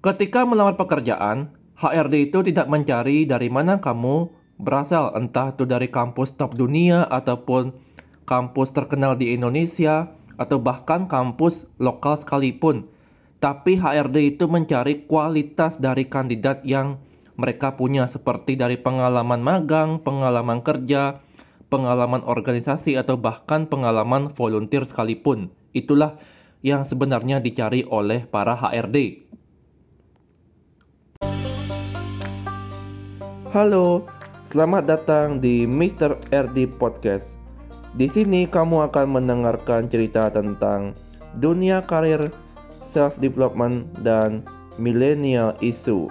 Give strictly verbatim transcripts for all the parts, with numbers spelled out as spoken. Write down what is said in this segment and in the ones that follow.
Ketika melamar pekerjaan, H R D itu tidak mencari dari mana kamu berasal, entah itu dari kampus top dunia ataupun kampus terkenal di Indonesia atau bahkan kampus lokal sekalipun. Tapi H R D itu mencari kualitas dari kandidat yang mereka punya, seperti dari pengalaman magang, pengalaman kerja, pengalaman organisasi, atau bahkan pengalaman volunteer sekalipun. Itulah yang sebenarnya dicari oleh para H R D. Halo, selamat datang di mister R D Podcast. Di sini kamu akan mendengarkan cerita tentang dunia karir, self-development, dan millennial issue.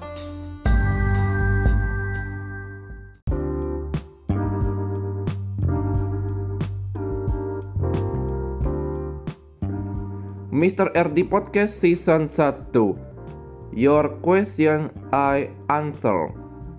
mister R D Podcast Season satu. Your question I answer.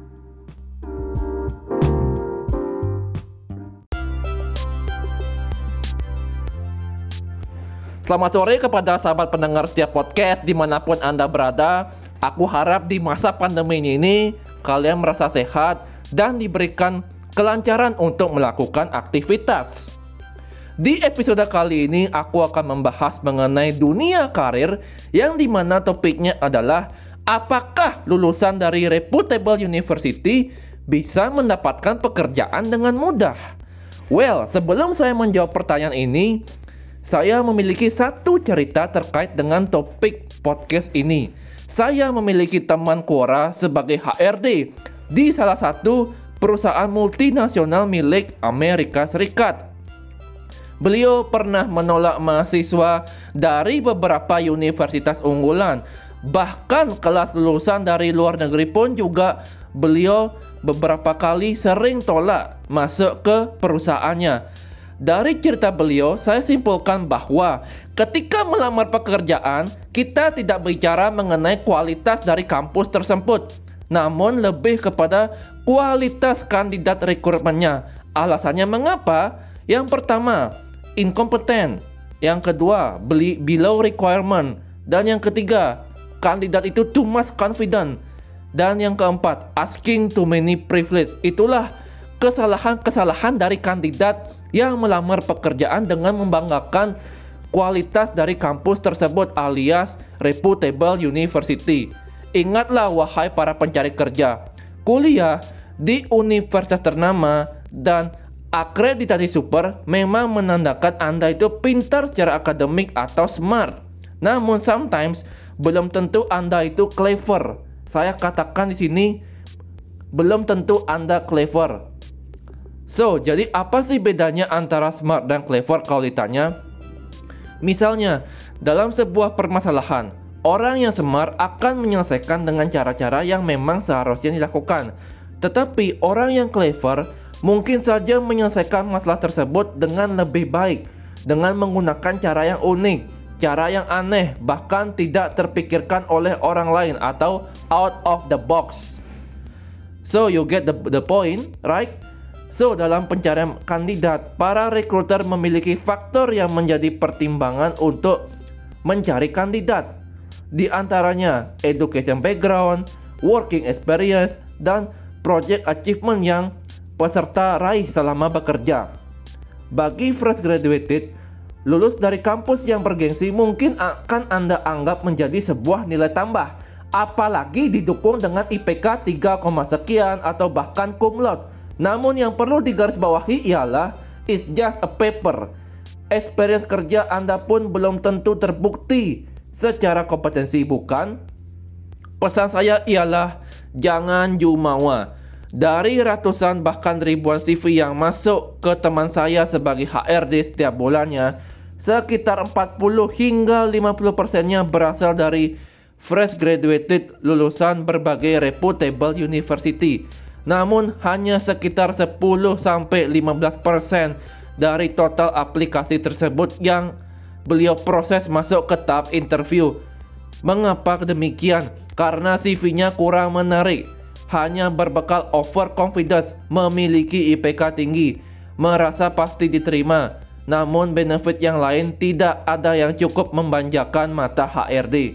Selamat sore kepada sahabat pendengar setiap podcast dimanapun Anda berada. Aku harap di masa pandemi ini kalian merasa sehat dan diberikan kelancaran untuk melakukan aktivitas. Di episode kali ini aku akan membahas mengenai dunia karir, yang dimana topiknya adalah apakah lulusan dari reputable university bisa mendapatkan pekerjaan dengan mudah? Well, sebelum saya menjawab pertanyaan ini, saya memiliki satu cerita terkait dengan topik podcast ini. Saya memiliki teman Quora sebagai H R D di salah satu perusahaan multinasional milik Amerika Serikat. Beliau pernah menolak mahasiswa dari beberapa universitas unggulan. Bahkan kelas lulusan dari luar negeri pun juga beliau beberapa kali sering tolak masuk ke perusahaannya. Dari cerita beliau, saya simpulkan bahwa ketika melamar pekerjaan, kita tidak bicara mengenai kualitas dari kampus tersebut, namun lebih kepada kualitas kandidat rekrutmennya. Alasannya mengapa? Yang pertama, inkompeten. Yang kedua, below requirement. Dan yang ketiga, kandidat itu too much confident. Dan yang keempat, asking too many privilege. Itulah kesalahan-kesalahan dari kandidat yang melamar pekerjaan dengan membanggakan kualitas dari kampus tersebut alias reputable university. Ingatlah wahai para pencari kerja, kuliah di universitas ternama dan akreditasi super memang menandakan Anda itu pintar secara akademik atau smart. Namun sometimes belum tentu Anda itu clever. Saya katakan di sini belum tentu Anda clever. So, jadi apa sih bedanya antara smart dan clever kalau ditanya? Misalnya, dalam sebuah permasalahan, orang yang smart akan menyelesaikan dengan cara-cara yang memang seharusnya dilakukan. Tetapi orang yang clever mungkin saja menyelesaikan masalah tersebut dengan lebih baik, dengan menggunakan cara yang unik, cara yang aneh, bahkan tidak terpikirkan oleh orang lain atau out of the box. So, you get the, the point, right? So, dalam pencarian kandidat, para rekruter memiliki faktor yang menjadi pertimbangan untuk mencari kandidat. Di antaranya, education background, working experience, dan project achievement yang peserta raih selama bekerja. Bagi fresh graduated, lulus dari kampus yang bergengsi mungkin akan Anda anggap menjadi sebuah nilai tambah, apalagi didukung dengan I P K tiga, sekian atau bahkan cum laude. Namun yang perlu digarisbawahi ialah it's just a paper. Experience kerja Anda pun belum tentu terbukti secara kompetensi, bukan? Pesan saya ialah jangan jumawa. Dari ratusan bahkan ribuan C V yang masuk ke teman saya sebagai H R D setiap bulannya, sekitar empat puluh hingga lima puluh persennya berasal dari fresh graduated lulusan berbagai reputable university. Namun hanya sekitar sepuluh sampai lima belas persen dari total aplikasi tersebut yang beliau proses masuk ke tahap interview. Mengapa demikian? Karena C V-nya kurang menarik, hanya berbekal overconfidence, memiliki I P K tinggi, merasa pasti diterima. Namun benefit yang lain tidak ada yang cukup memanjakan mata H R D.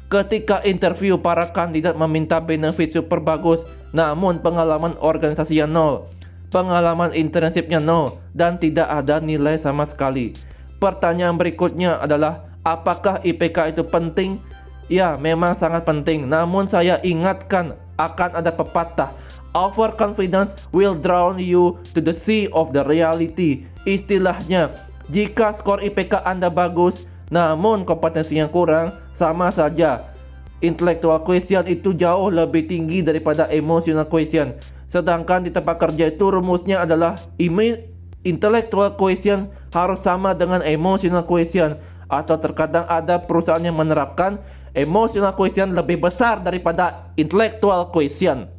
Ketika interview, para kandidat meminta benefit super bagus, namun pengalaman organisasinya nol, pengalaman internshipnya nol, dan tidak ada nilai sama sekali. Pertanyaan berikutnya adalah, apakah I P K itu penting? Ya, memang sangat penting, namun saya ingatkan akan ada pepatah, overconfidence will drown you to the sea of the reality. Istilahnya, jika skor I P K Anda bagus, namun kompetensinya kurang, sama saja. Intellectual quotient itu jauh lebih tinggi daripada emotional quotient. Sedangkan di tempat kerja itu rumusnya adalah intellectual quotient harus sama dengan emotional quotient. Atau terkadang ada perusahaan yang menerapkan emotional quotient lebih besar daripada intellectual quotient.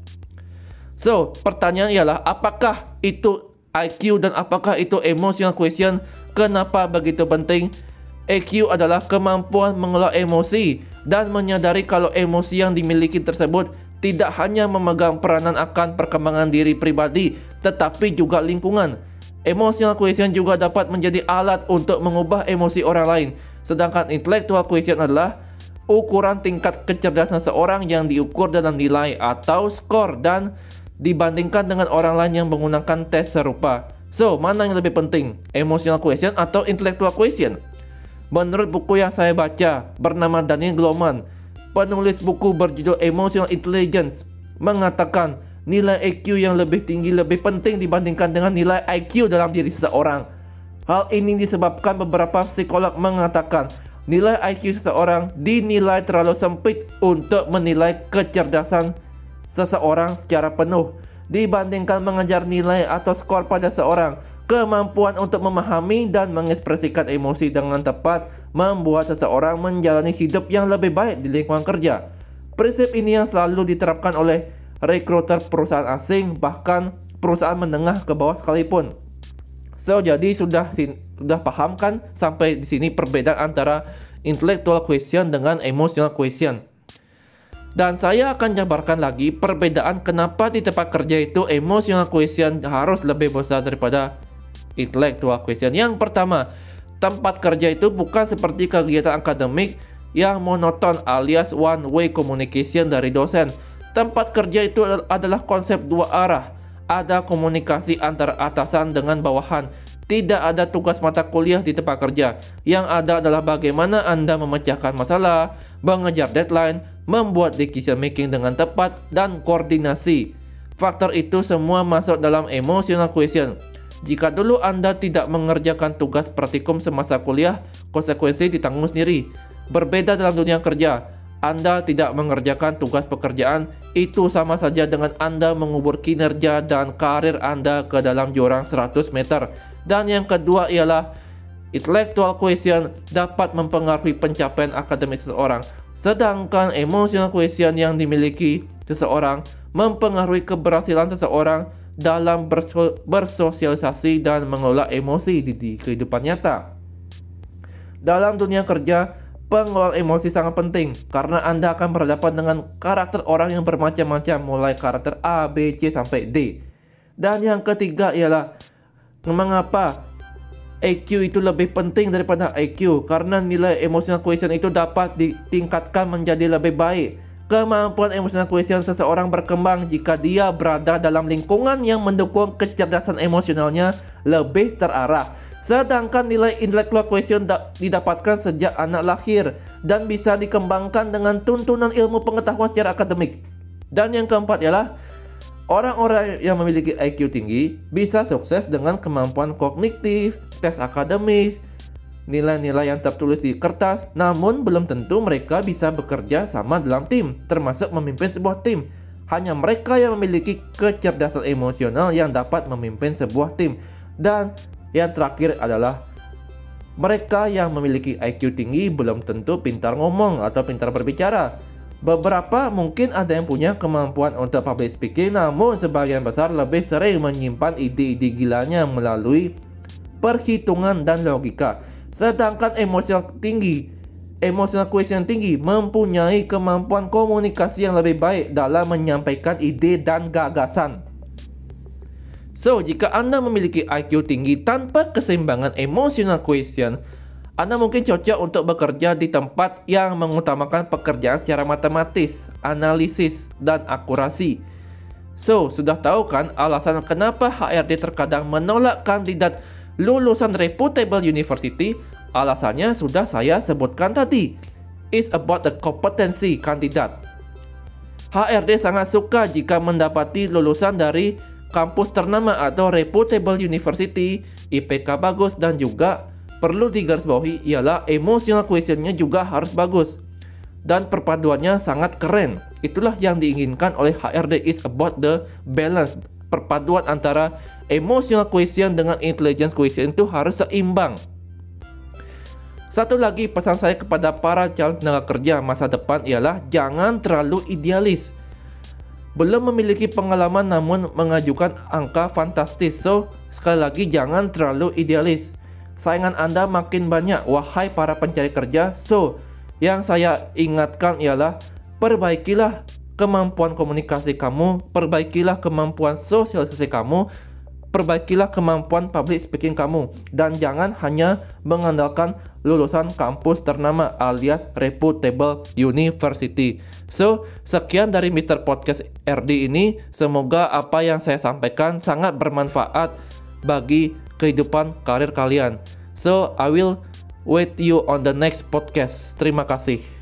So, pertanyaan ialah, apakah itu I Q dan apakah itu emotional quotient? Kenapa begitu penting? E Q adalah kemampuan mengelola emosi dan menyadari kalau emosi yang dimiliki tersebut tidak hanya memegang peranan akan perkembangan diri pribadi, tetapi juga lingkungan. Emotional quotient juga dapat menjadi alat untuk mengubah emosi orang lain. Sedangkan intellectual quotient adalah ukuran tingkat kecerdasan seorang yang diukur dalam nilai atau skor dan dibandingkan dengan orang lain yang menggunakan tes serupa. So, mana yang lebih penting? Emotional quotient atau intellectual quotient? Menurut buku yang saya baca bernama Daniel Goleman, penulis buku berjudul Emotional Intelligence, mengatakan nilai E Q yang lebih tinggi lebih penting dibandingkan dengan nilai I Q dalam diri seseorang. Hal ini disebabkan beberapa psikolog mengatakan nilai I Q seseorang dinilai terlalu sempit untuk menilai kecerdasan seseorang secara penuh dibandingkan mengejar nilai atau skor pada seorang. Kemampuan untuk memahami dan mengekspresikan emosi dengan tepat membuat seseorang menjalani hidup yang lebih baik di lingkungan kerja. Prinsip ini yang selalu diterapkan oleh rekruter perusahaan asing, bahkan perusahaan menengah ke bawah sekalipun. So, jadi sudah sudah paham kan sampai di sini perbedaan antara intellectual quotient dengan emotional quotient. Dan saya akan jabarkan lagi perbedaan kenapa di tempat kerja itu emotional quotient harus lebih besar daripada intellectual quotient. Yang pertama, tempat kerja itu bukan seperti kegiatan akademik yang monoton alias one way communication dari dosen. Tempat kerja itu adalah konsep dua arah. Ada komunikasi antara atasan dengan bawahan. Tidak ada tugas mata kuliah di tempat kerja. Yang ada adalah bagaimana Anda memecahkan masalah, mengejar deadline, membuat decision making dengan tepat, dan koordinasi. Faktor itu semua masuk dalam emotional quotient. Jika dulu Anda tidak mengerjakan tugas praktikum semasa kuliah, konsekuensi ditanggung sendiri. Berbeda dalam dunia kerja, Anda tidak mengerjakan tugas pekerjaan, itu sama saja dengan Anda mengubur kinerja dan karir Anda ke dalam jurang seratus meter. Dan yang kedua ialah intellectual quotient dapat mempengaruhi pencapaian akademik seseorang, sedangkan emotional quotient yang dimiliki seseorang mempengaruhi keberhasilan seseorang dalam berso bersosialisasi dan mengelola emosi di, di kehidupan nyata. Dalam dunia kerja, pengelolaan emosi sangat penting karena Anda akan berhadapan dengan karakter orang yang bermacam-macam, mulai karakter A, B, C sampai D. Dan yang ketiga ialah mengapa E Q itu lebih penting daripada I Q, karena nilai emotional quotient itu dapat ditingkatkan menjadi lebih baik. Kemampuan emotional quotient seseorang berkembang jika dia berada dalam lingkungan yang mendukung kecerdasan emosionalnya lebih terarah. Sedangkan nilai intellectual quotient didapatkan sejak anak lahir dan bisa dikembangkan dengan tuntunan ilmu pengetahuan secara akademik. Dan yang keempat ialah orang-orang yang memiliki I Q tinggi bisa sukses dengan kemampuan kognitif, tes akademis, nilai-nilai yang tertulis di kertas, namun belum tentu mereka bisa bekerja sama dalam tim, termasuk memimpin sebuah tim. Hanya mereka yang memiliki kecerdasan emosional yang dapat memimpin sebuah tim. Dan yang terakhir adalah mereka yang memiliki I Q tinggi belum tentu pintar ngomong atau pintar berbicara. Beberapa mungkin ada yang punya kemampuan untuk public speaking, namun sebagian besar lebih sering menyimpan ide-ide gilanya melalui perhitungan dan logika. Sedangkan emosional tinggi, emotional quotient tinggi mempunyai kemampuan komunikasi yang lebih baik dalam menyampaikan ide dan gagasan. So, jika Anda memiliki I Q tinggi tanpa keseimbangan emotional quotient, Anda mungkin cocok untuk bekerja di tempat yang mengutamakan pekerjaan secara matematis, analisis, dan akurasi. So, sudah tahu kan alasan kenapa H R D terkadang menolak kandidat lulusan reputable university? Alasannya sudah saya sebutkan tadi. It's about the competency kandidat. H R D sangat suka jika mendapati lulusan dari kampus ternama atau reputable university, I P K bagus, dan juga perlu digarisbawahi ialah emotional quotient-nya juga harus bagus. Dan perpaduannya sangat keren. Itulah yang diinginkan oleh H R D. Is about the balance. Perpaduan antara emotional quotient dengan intelligence quotient itu harus seimbang. Satu lagi pesan saya kepada para calon tenaga kerja masa depan ialah jangan terlalu idealis. Belum memiliki pengalaman namun mengajukan angka fantastis. So, sekali lagi jangan terlalu idealis. Saingan Anda makin banyak, wahai para pencari kerja. So, yang saya ingatkan ialah perbaikilah kemampuan komunikasi kamu, perbaikilah kemampuan sosialisasi kamu, perbaikilah kemampuan public speaking kamu, dan jangan hanya mengandalkan lulusan kampus ternama alias reputable university. So, sekian dari mister Podcast R D ini. Semoga apa yang saya sampaikan sangat bermanfaat bagi kehidupan karir kalian. So, I will wait you on the next podcast. Terima kasih.